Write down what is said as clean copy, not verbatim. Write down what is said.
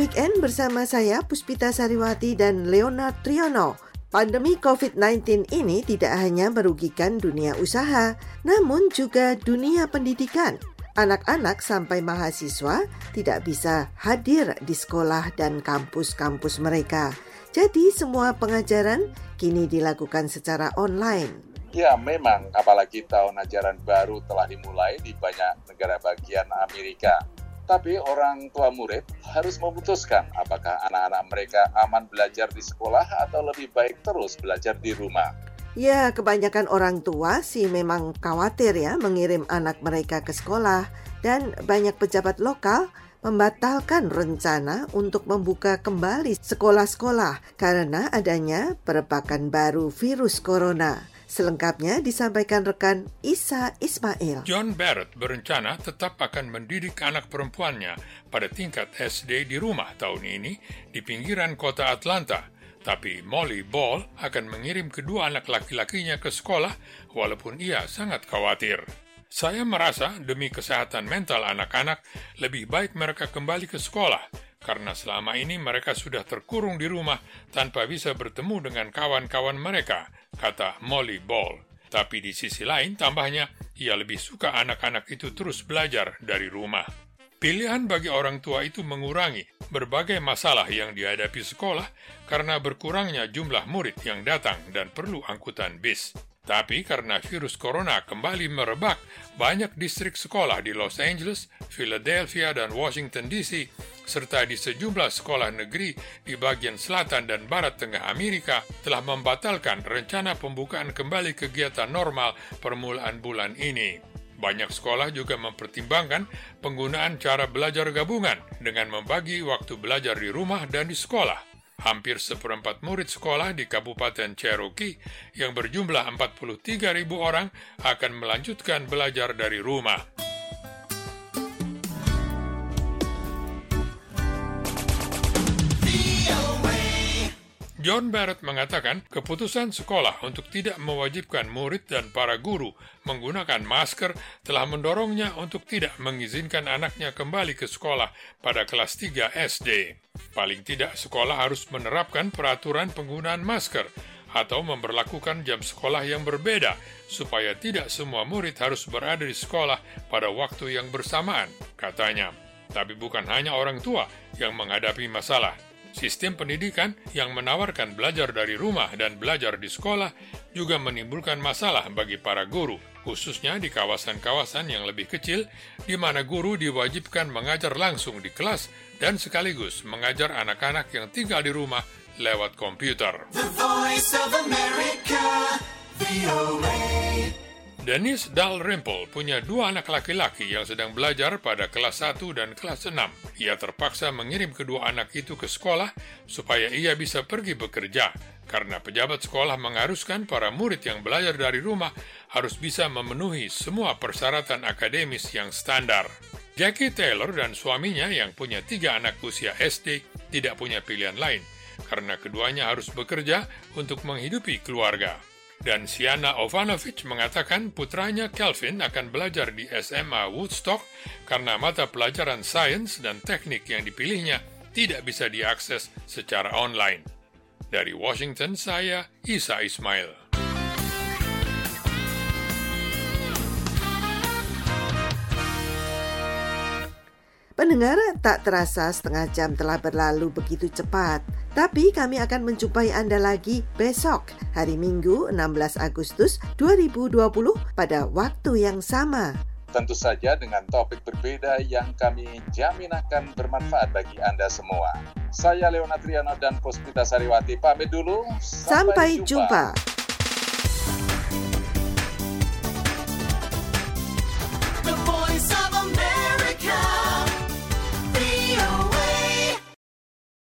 Weekend bersama saya Puspita Sariwati dan Leonard Triono. Pandemi COVID-19 ini tidak hanya merugikan dunia usaha, namun juga dunia pendidikan. Anak-anak sampai mahasiswa tidak bisa hadir di sekolah dan kampus-kampus mereka. Jadi semua pengajaran kini dilakukan secara online. Ya memang, apalagi tahun ajaran baru telah dimulai di banyak negara bagian Amerika. Tapi orang tua murid harus memutuskan apakah anak-anak mereka aman belajar di sekolah atau lebih baik terus belajar di rumah. Ya, kebanyakan orang tua sih memang khawatir ya mengirim anak mereka ke sekolah, dan banyak pejabat lokal membatalkan rencana untuk membuka kembali sekolah-sekolah karena adanya perepakan baru virus corona. Selengkapnya disampaikan rekan Isa Ismail. John Barrett berencana tetap akan mendidik anak perempuannya pada tingkat SD di rumah tahun ini di pinggiran kota Atlanta. Tapi Molly Ball akan mengirim kedua anak laki-lakinya ke sekolah walaupun ia sangat khawatir. Saya merasa demi kesehatan mental anak-anak lebih baik mereka kembali ke sekolah karena selama ini mereka sudah terkurung di rumah tanpa bisa bertemu dengan kawan-kawan mereka, kata Molly Ball. Tapi di sisi lain tambahnya, ia lebih suka anak-anak itu terus belajar dari rumah. Pilihan bagi orang tua itu mengurangi berbagai masalah yang dihadapi sekolah karena berkurangnya jumlah murid yang datang dan perlu angkutan bis. Tapi karena virus corona kembali merebak, banyak distrik sekolah di Los Angeles, Philadelphia, dan Washington DC, serta di sejumlah sekolah negeri di bagian selatan dan barat tengah Amerika telah membatalkan rencana pembukaan kembali kegiatan normal permulaan bulan ini. Banyak sekolah juga mempertimbangkan penggunaan cara belajar gabungan dengan membagi waktu belajar di rumah dan di sekolah. Hampir seperempat murid sekolah di Kabupaten Cherokee yang berjumlah 43.000 orang akan melanjutkan belajar dari rumah. John Barrett mengatakan keputusan sekolah untuk tidak mewajibkan murid dan para guru menggunakan masker telah mendorongnya untuk tidak mengizinkan anaknya kembali ke sekolah pada kelas 3 SD. Paling tidak sekolah harus menerapkan peraturan penggunaan masker atau memberlakukan jam sekolah yang berbeda supaya tidak semua murid harus berada di sekolah pada waktu yang bersamaan, katanya. Tapi bukan hanya orang tua yang menghadapi masalah. Sistem pendidikan yang menawarkan belajar dari rumah dan belajar di sekolah juga menimbulkan masalah bagi para guru, khususnya di kawasan-kawasan yang lebih kecil, di mana guru diwajibkan mengajar langsung di kelas dan sekaligus mengajar anak-anak yang tinggal di rumah lewat komputer. The Voice of America, VOA. Dennis Dalrymple punya dua anak laki-laki yang sedang belajar pada kelas 1 dan kelas 6. Ia terpaksa mengirim kedua anak itu ke sekolah supaya ia bisa pergi bekerja, karena pejabat sekolah mengharuskan para murid yang belajar dari rumah harus bisa memenuhi semua persyaratan akademis yang standar. Jackie Taylor dan suaminya yang punya 3 anak usia SD tidak punya pilihan lain, karena keduanya harus bekerja untuk menghidupi keluarga. Dan Siana Ovanovich mengatakan putranya Kelvin akan belajar di SMA Woodstock karena mata pelajaran sains dan teknik yang dipilihnya tidak bisa diakses secara online. Dari Washington, saya Isa Ismail. Pendengar, tak terasa setengah jam telah berlalu begitu cepat. Tapi kami akan menjumpai Anda lagi besok, hari Minggu 16 Agustus 2020 pada waktu yang sama. Tentu saja dengan topik berbeda yang kami jamin akan bermanfaat bagi Anda semua. Saya Leonard Triono dan Puspita Sariwati pamit dulu. Sampai jumpa.